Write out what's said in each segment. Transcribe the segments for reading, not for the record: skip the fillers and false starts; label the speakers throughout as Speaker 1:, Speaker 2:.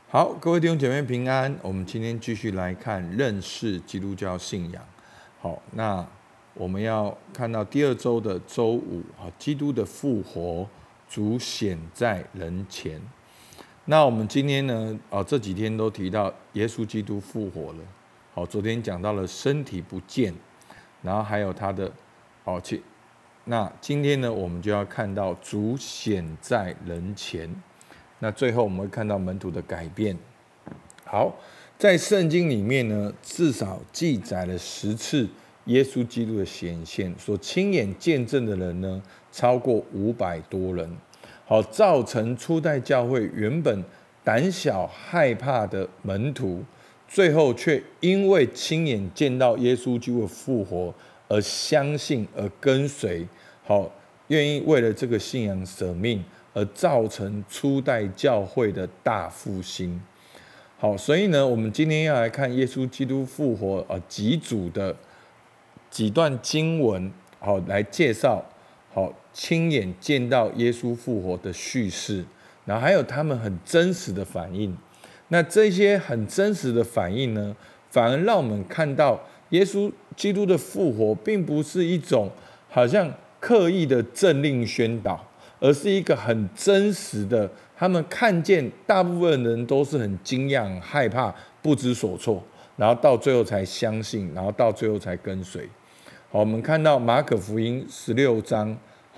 Speaker 1: 好，各位弟兄姐妹平安。我们今天继续来看认识基督教信仰。好，那我们要看到第二周的周五，基督的复活，主显在人前。那我们今天呢，这几天都提到耶稣基督复活了。好，昨天讲到了身体不见，然后还有他的那今天呢，我们就要看到主显在人前。那最后我们会看到门徒的改变。好，在圣经里面呢，至少记载了10次耶稣基督的显现，所亲眼见证的人呢，超过500多人。好，造成初代教会原本胆小害怕的门徒，最后却因为亲眼见到耶稣基督的复活而相信而跟随，好，愿意为了这个信仰舍命，而造成初代教会的大复兴。好，所以呢，我们今天要来看耶稣基督复活几组的几段经文，好，来介绍好亲眼见到耶稣复活的叙事，然后还有他们很真实的反应。那这些很真实的反应呢，反而让我们看到耶稣基督的复活，并不是一种好像刻意的政令宣导，而是一个很真实的，他们看见大部分人都是很惊讶、很害怕、不知所措，然后到最后才相信，然后到最后才跟随。好，我们看到马可福音16章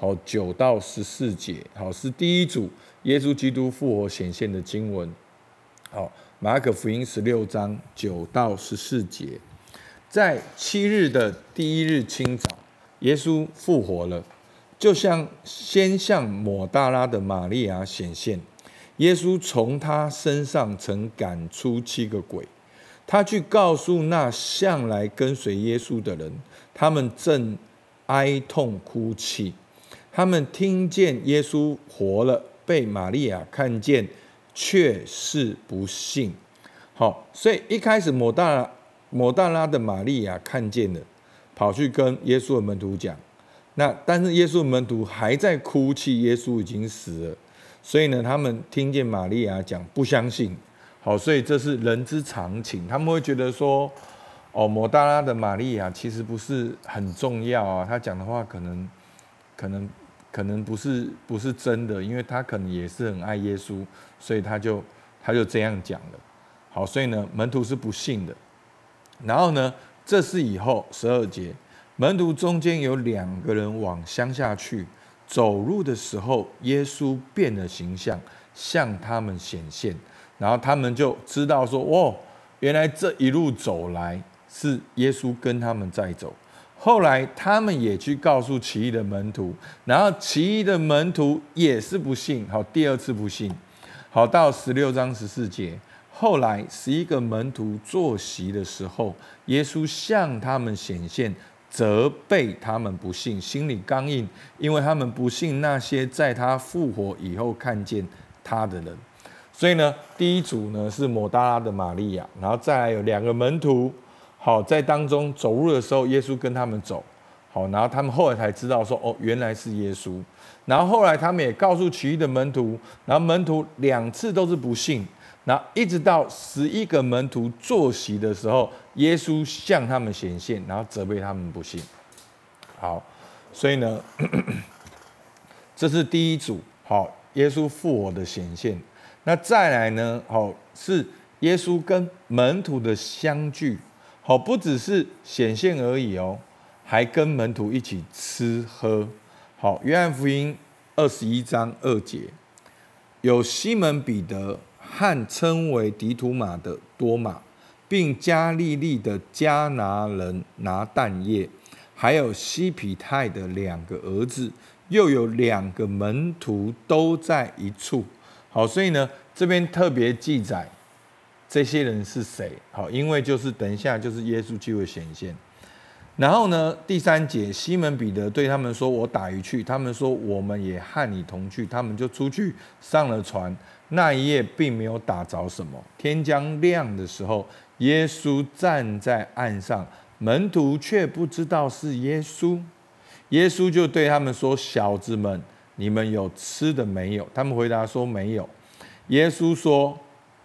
Speaker 1: 9到14节，好，是第一组耶稣基督复活显现的经文。好，马可福音16章9到14节，在7日的第一日清早，耶稣复活了。就像先向抹大拉的玛利亚显现，耶稣从他身上曾赶出7个鬼。他去告诉那向来跟随耶稣的人，他们正哀痛哭泣。他们听见耶稣活了，被玛利亚看见，却是不信。好，所以一开始抹大拉的玛利亚看见了，跑去跟耶稣的门徒讲。但是耶稣的门徒还在哭泣，耶稣已经死了，所以呢，他们听见玛利亚讲，不相信。好，所以这是人之常情，他们会觉得说，抹大拉的玛利亚其实不是很重要啊，他讲的话可能不是真的，因为他可能也是很爱耶稣，所以他就这样讲了。好，所以呢，门徒是不信的。然后呢，这是以后12节。门徒中间有2个人往乡下去，走路的时候，耶稣变了形象，向他们显现，然后他们就知道说，原来这一路走来是耶稣跟他们在走。后来他们也去告诉其余的门徒，然后其余的门徒也是不信，好，第2次不信。好，到16章14节，后来11个门徒坐席的时候，耶稣向他们显现，责备他们不信，心里刚硬，因为他们不信那些在他复活以后看见他的人。所以呢，第一组呢是抹大拉的玛利亚，然后再来有2个门徒，好，在当中走路的时候，耶稣跟他们走，好，然后他们后来才知道说，原来是耶稣。然后后来他们也告诉其余的门徒，然后门徒2次都是不信。然后一直到11个门徒坐席的时候，耶稣向他们显现，然后责备他们不信。好，所以呢，这是第一组，好，耶稣复活的显现。那再来呢，好，是耶稣跟门徒的相聚，好，不只是显现而已哦，还跟门徒一起吃喝。好，约翰福音21章2节，有西门彼得和称为迪图马的多马，并加利利的迦拿人拿但业，还有西庇太的2个儿子，又有2个门徒都在一处。好，所以呢，这边特别记载这些人是谁。好，因为就是等一下就是耶稣基督的显现。然后呢，第3节，西门彼得对他们说：“我打鱼去。”他们说：“我们也和你同去。”他们就出去上了船。那一夜并没有打着什么。天将亮的时候，耶稣站在岸上，门徒却不知道是耶稣。耶稣就对他们说：“小子们，你们有吃的没有？”他们回答说：“没有。”耶稣说：“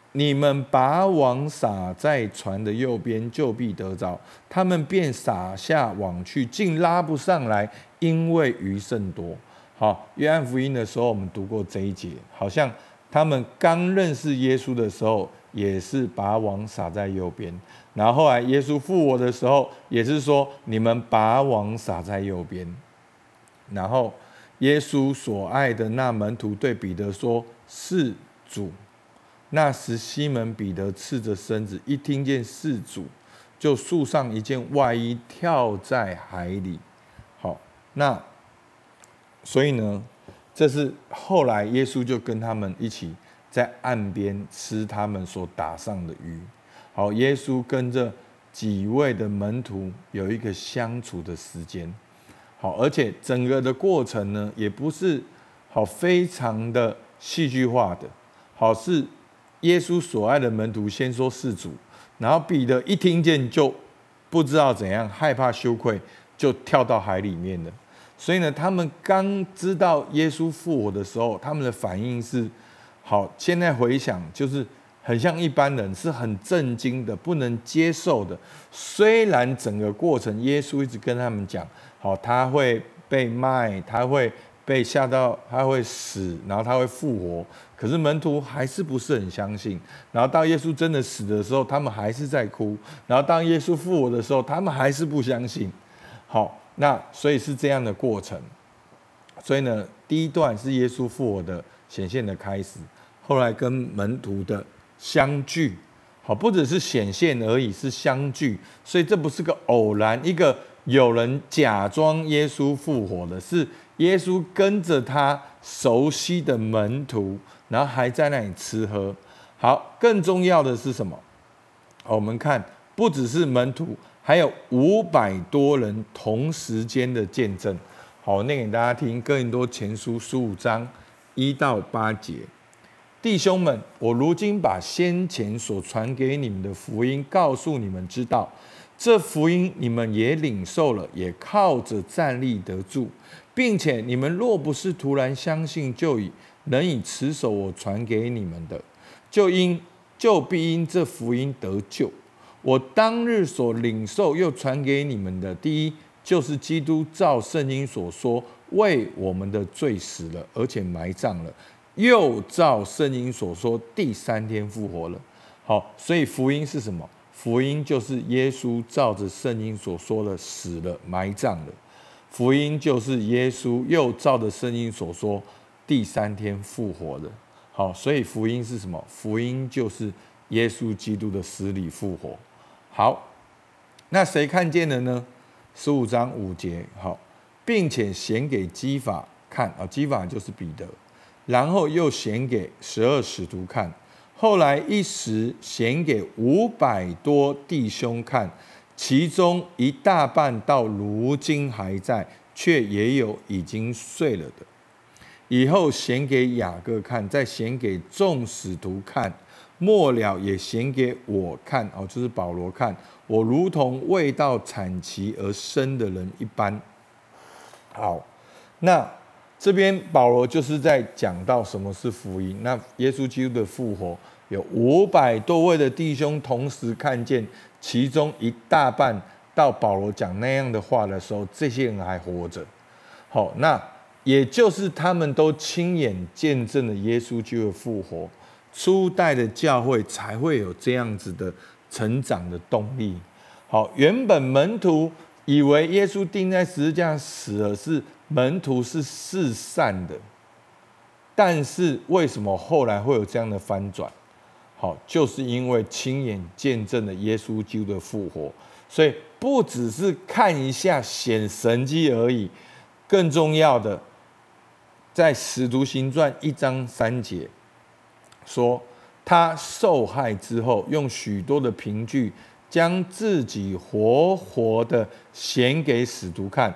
Speaker 1: 你们把网撒在船的右边，就必得着。他们便撒下网去，竟拉不上来，因为鱼甚多。好，约翰福音的时候，我们读过这一节，好像他们刚认识耶稣的时候，也是把网撒在右边。然后后来耶稣复活的时候，也是说你们把网撒在右边。然后耶稣所爱的那门徒对彼得说：“是主。”那时西门彼得赤着身子，一听见是主，就束上一件外衣，跳在海里。好，那所以呢，这是后来耶稣就跟他们一起在岸边吃他们所打上的鱼。好，耶稣跟这几位的门徒有一个相处的时间。好，而且整个的过程呢，也不是非常的戏剧化的。好，是耶稣所爱的门徒先说是主，然后彼得一听见就不知道怎样，害怕羞愧，就跳到海里面了。所以呢，他们刚知道耶稣复活的时候，他们的反应是：好，现在回想就是很像一般人，是很震惊的，不能接受的。虽然整个过程耶稣一直跟他们讲，好，他会被卖，他会被下到，他会死，然后他会复活。可是门徒还是不是很相信。然后当耶稣真的死的时候，他们还是在哭。然后当耶稣复活的时候，他们还是不相信。好，那所以是这样的过程。所以呢，第一段是耶稣复活的显现的开始，后来跟门徒的相聚。好，不只是显现而已，是相聚。所以这不是个偶然，一个有人假装耶稣复活的，是耶稣跟着他熟悉的门徒，然后还在那里吃喝。好，更重要的是什么？我们看，不只是门徒，还有500多人同时间的见证。好，我念给大家听，哥林多前书15章1到8节。弟兄们，我如今把先前所传给你们的福音告诉你们知道，这福音你们也领受了，也靠着站立得住，并且你们若不是突然相信，能以持守我传给你们的，就必因这福音得救。我当日所领受又传给你们的，第一就是基督照圣经所说，为我们的罪死了，而且埋葬了，又照圣经所说，第3天复活了。好，所以福音是什么？福音就是耶稣照着圣经所说的死了，埋葬了。福音就是耶稣又照着圣经所说，第3天复活了。好，所以福音是什么？福音就是耶稣基督的死里复活。好，那谁看见了呢？15章5节。好，并且显给基法看，基法就是彼得，然后又显给12使徒看，后来一时显给500多弟兄看，其中一大半到如今还在，却也有已经睡了的。以后显给雅各看，再显给众使徒看，末了也显给我看，就是保罗看，我如同未到产期而生的人一般。好，那这边保罗就是在讲到什么是福音。那耶稣基督的复活，有500多位的弟兄同时看见，其中一大半到保罗讲那样的话的时候，这些人还活着。好，那也就是他们都亲眼见证了耶稣基督的复活，初代的教会才会有这样子的成长的动力。好，原本门徒以为耶稣钉在十字架上死了，是门徒是四散的，但是为什么后来会有这样的翻转？好，就是因为亲眼见证了耶稣基督的复活，所以不只是看一下显神迹而已，更重要的，在使徒行传1章3节说，他受害之后，用许多的凭据，将自己活活的显给使徒看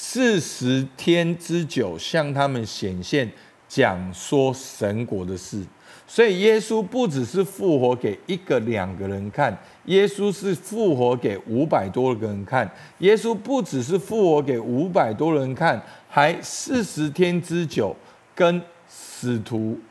Speaker 1: ，40天之久向他们显现，讲说神国的事。所以耶稣不只是复活给1个2个人看，耶稣是复活给500多个人看。耶稣不只是复活给500多人看，还40天之久跟使徒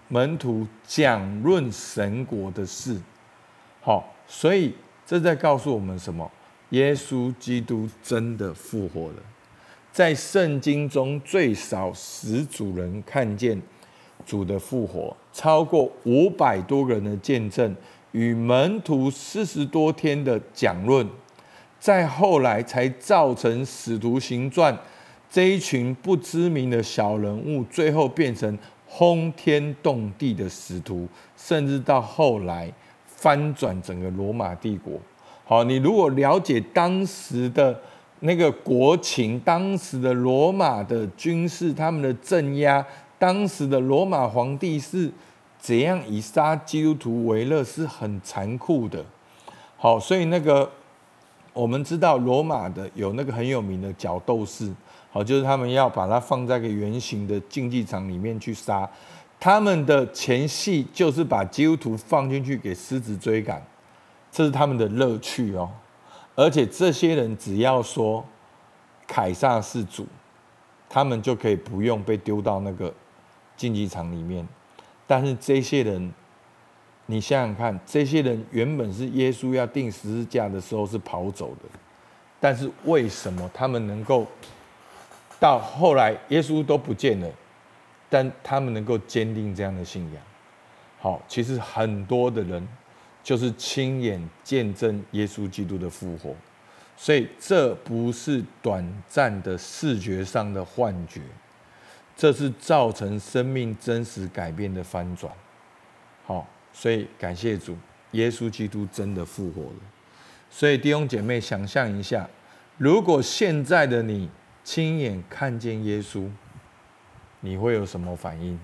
Speaker 1: 门徒讲论神国的事。好，所以这在告诉我们什么？耶稣基督真的复活了。在圣经中，最少10组人看见主的复活，超过500多个人的见证，与门徒40多天的讲论，再后来才造成使徒行传这一群不知名的小人物，最后变成轰天动地的使徒，甚至到后来翻转整个罗马帝国。好，你如果了解当时的那个国情，当时的罗马的军事，他们的镇压，当时的罗马皇帝是怎样以杀基督徒为乐，是很残酷的。好，所以我们知道罗马的有那个很有名的角斗士，好，就是他们要把它放在一个圆形的竞技场里面去杀。他们的前戏就是把基督徒放进去给狮子追赶，这是他们的乐趣哦。而且这些人只要说凯撒是主，他们就可以不用被丢到那个竞技场里面。但是这些人，你想想看，这些人原本是耶稣要钉十字架的时候是跑走的，但是为什么他们能够到后来耶稣都不见了，但他们能够坚定这样的信仰？好，其实很多的人就是亲眼见证耶稣基督的复活，所以这不是短暂的视觉上的幻觉，这是造成生命真实改变的翻转。好，所以感谢主，耶稣基督真的复活了。所以弟兄姐妹，想象一下，如果现在的你亲眼看见耶稣，你会有什么反应？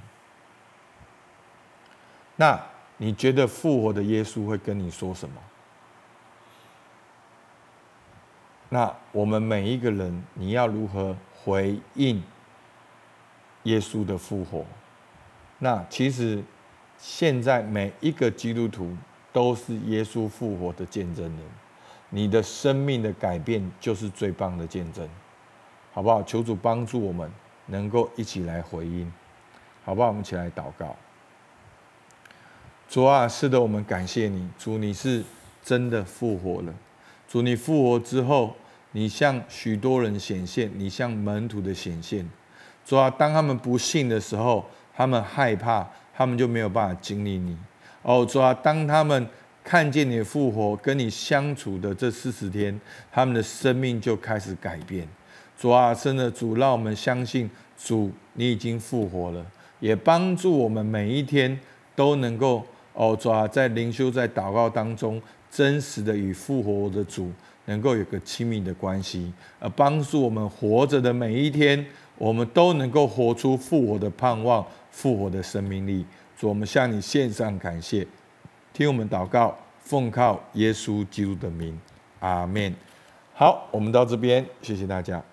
Speaker 1: 那你觉得复活的耶稣会跟你说什么？那我们每一个人，你要如何回应耶稣的复活？那其实现在每一个基督徒都是耶稣复活的见证人，你的生命的改变就是最棒的见证，好不好？求主帮助我们能够一起来回应，好不好？我们一起来祷告。主啊，是的，我们感谢你，主，你是真的复活了。主，你复活之后，你向许多人显现，你向门徒的显现。主啊，当他们不信的时候，他们害怕，他们就没有办法经历你。哦，主啊，当他们看见你的复活，跟你相处的这40天，他们的生命就开始改变。主啊，真的主，让我们相信主，你已经复活了，也帮助我们每一天都能够主啊，在灵修在祷告当中，真实的与复活的主能够有个亲密的关系，帮助我们活着的每一天，我们都能够活出复活的盼望，复活的生命力。主，我们向你献上感谢，听我们祷告，奉靠耶稣基督的名，阿们。好，我们到这边，谢谢大家。